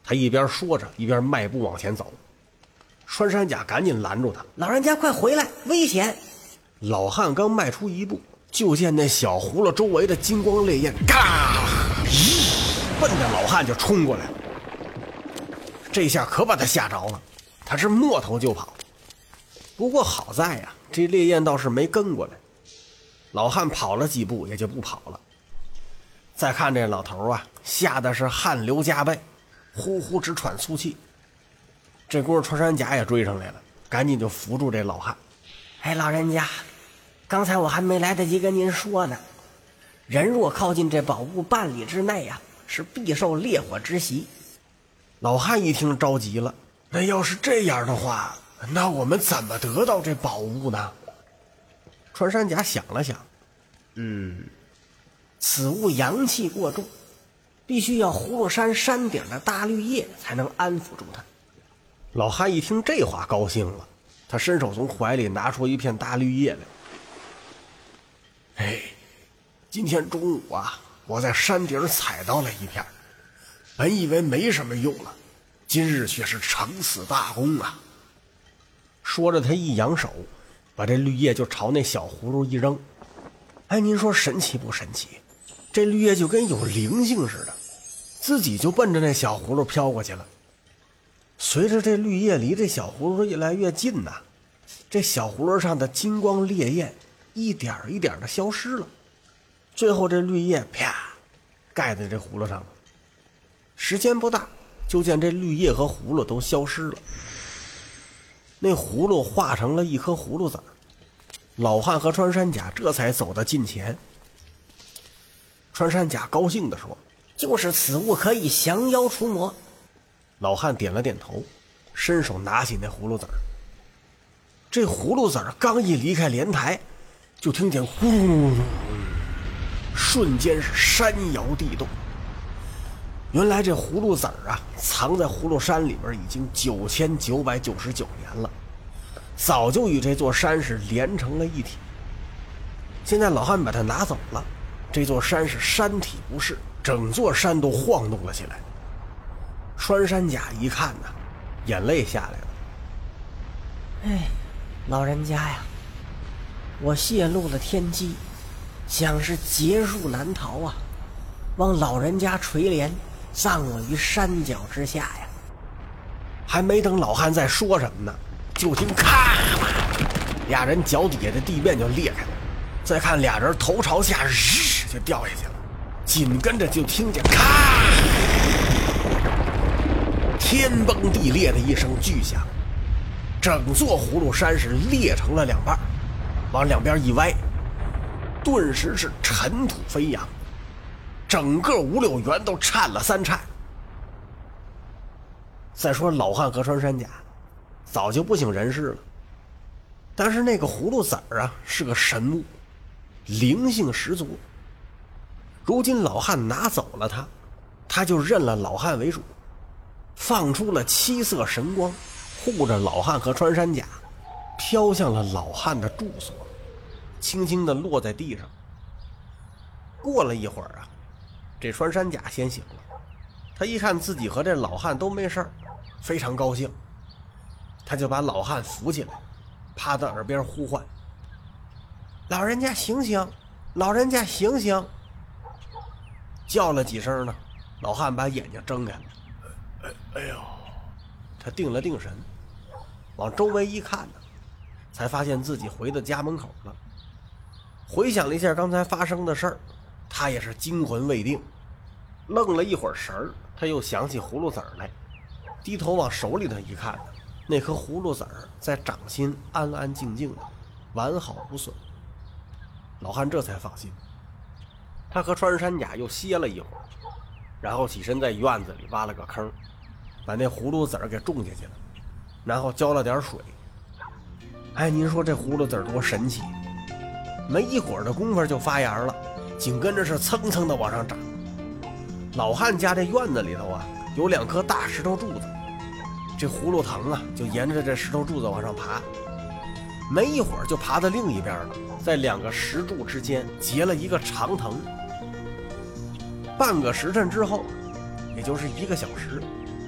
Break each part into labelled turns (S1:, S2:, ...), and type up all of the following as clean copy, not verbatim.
S1: 他一边说着，一边迈步往前走。穿山甲赶紧拦住他：“
S2: 老人家快回来，危险！”
S1: 老汉刚迈出一步，就见那小葫芦周围的金光烈焰，嘎，奔着老汉就冲过来了。这下可把他吓着了，他是摸头就跑。不过好在呀，这烈焰倒是没跟过来。老汉跑了几步也就不跑了。再看这老头啊，吓得是汗流浃背，呼呼直喘粗气。这功夫穿山甲也追上来了，赶紧就扶住这老汉。
S2: 哎，老人家，刚才我还没来得及跟您说呢，人若靠近这宝物半里之内啊，是必受烈火之袭。
S1: 老汉一听着急了，那要是这样的话，那我们怎么得到这宝物呢？穿山甲想了想，
S2: 此物阳气过重，必须要葫芦山山顶的大绿叶才能安抚住它。
S1: 老汉一听这话高兴了，他伸手从怀里拿出一片大绿叶来。哎，今天中午啊，我在山顶采到了一片，本以为没什么用了，今日却是成死大功啊！说着，他一扬手，把这绿叶就朝那小葫芦一扔。哎，您说神奇不神奇？这绿叶就跟有灵性似的，自己就奔着那小葫芦飘过去了。随着这绿叶离这小葫芦越来越近呐，这小葫芦上的金光烈焰一点一点的消失了，最后这绿叶啪盖在这葫芦上了。时间不大，就见这绿叶和葫芦都消失了，那葫芦化成了一颗葫芦籽儿。老汉和穿山甲这才走到近前。穿山甲高兴地说：“
S2: 就是此物可以降妖除魔。”
S1: 老汉点了点头，伸手拿起那葫芦籽儿。这葫芦籽儿刚一离开莲台，就听见呼噜，瞬间是山摇地动。原来这葫芦籽儿啊，藏在葫芦山里边已经9999年了，早就与这座山是连成了一体。现在老汉把它拿走了，这座山是山体不适，整座山都晃动了起来。穿山甲一看呢，眼泪下来了。
S2: 哎，老人家呀，我泄露了天机，想是劫数难逃啊，望老人家垂怜，葬我于山脚之下呀。
S1: 还没等老汉再说什么呢，就听咔，俩人脚底下的地面就裂开了，再看俩人头朝下日就掉下去了，紧跟着就听见咔，天崩地裂的一声巨响，整座葫芦山是裂成了两半，往两边一歪，顿时是尘土飞扬，整个五柳园都颤了3颤。再说老汉和穿山甲早就不省人事了，但是那个葫芦籽儿啊是个神物，灵性十足。如今老汉拿走了它，他就认了老汉为主，放出了七色神光，护着老汉和穿山甲，飘向了老汉的住所，轻轻地落在地上。过了一会儿啊，这穿山甲先醒了，他一看自己和这老汉都没事儿，非常高兴，他就把老汉扶起来，趴在耳边呼唤：“老人家醒醒，老人家醒醒！”叫了几声呢，老汉把眼睛睁开了。哎呦，他定了定神，往周围一看呢，才发现自己回到家门口了。回想了一下刚才发生的事儿，他也是惊魂未定，愣了一会儿神儿，他又想起葫芦籽儿来，低头往手里头一看呢，那颗葫芦籽儿在掌心安安静静的，完好无损。老汉这才放心，他和穿山甲又歇了一会儿，然后起身在院子里挖了个坑，把那葫芦籽儿给种下去了，然后浇了点水。哎，您说这葫芦籽儿多神奇，没一会儿的功夫就发芽了，紧跟着是蹭蹭的往上长。老汉家这院子里头啊，有2颗大石头柱子，这葫芦藤啊就沿着这石头柱子往上爬，没一会儿就爬到另一边了，在2个石柱之间结了一个长藤。半个时辰之后，也就是1个小时，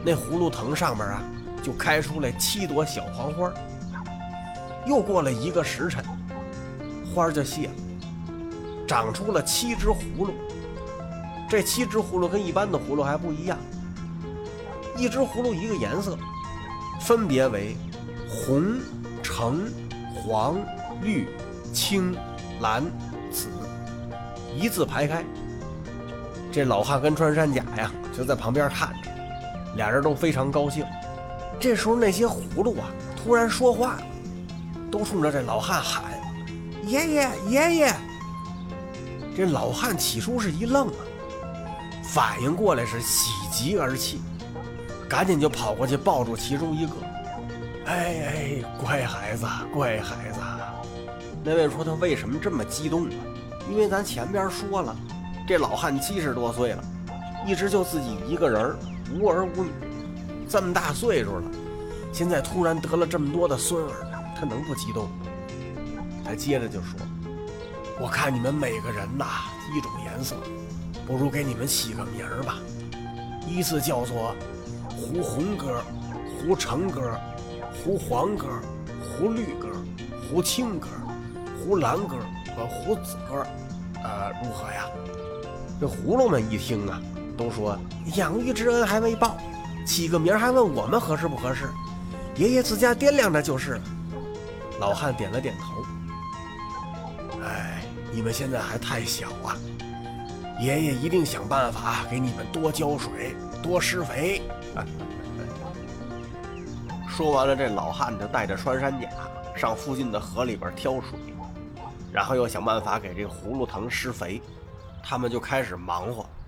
S1: 那葫芦藤上面啊就开出来7朵小黄花。又过了1个时辰，花就谢了，长出了7只葫芦。这7只葫芦跟一般的葫芦还不一样，一只葫芦一个颜色，分别为红、橙、黄、绿、青、蓝、紫，一字排开。这老汉跟穿山甲呀就在旁边看着，俩人都非常高兴。这时候那些葫芦啊突然说话了，都冲着这老汉喊：爷爷爷爷！这老汉起初是一愣啊，反应过来是喜极而泣，赶紧就跑过去抱住其中一个。哎，乖孩子，乖孩子。那位说他为什么这么激动啊？因为咱前边说了，这老汉70多岁了，一直就自己一个人，无儿无女，这么大岁数了，现在突然得了这么多的孙儿，他能不激动？他接着就说：我看你们每个人呐一种颜色，不如给你们起个名儿吧，依次叫做胡红歌、胡橙歌、胡黄歌、胡绿歌、胡青歌、胡蓝歌和胡紫歌，如何呀？这葫芦们一听啊，都说养育之恩还未报，起个名还问我们合适不合适？爷爷自家掂量着就是了。老汉点了点头。你们现在还太小啊，爷爷一定想办法给你们多浇水，多施肥。说完了，这老汉就带着穿山甲上附近的河里边挑水，然后又想办法给这葫芦藤施肥。他们就开始忙活，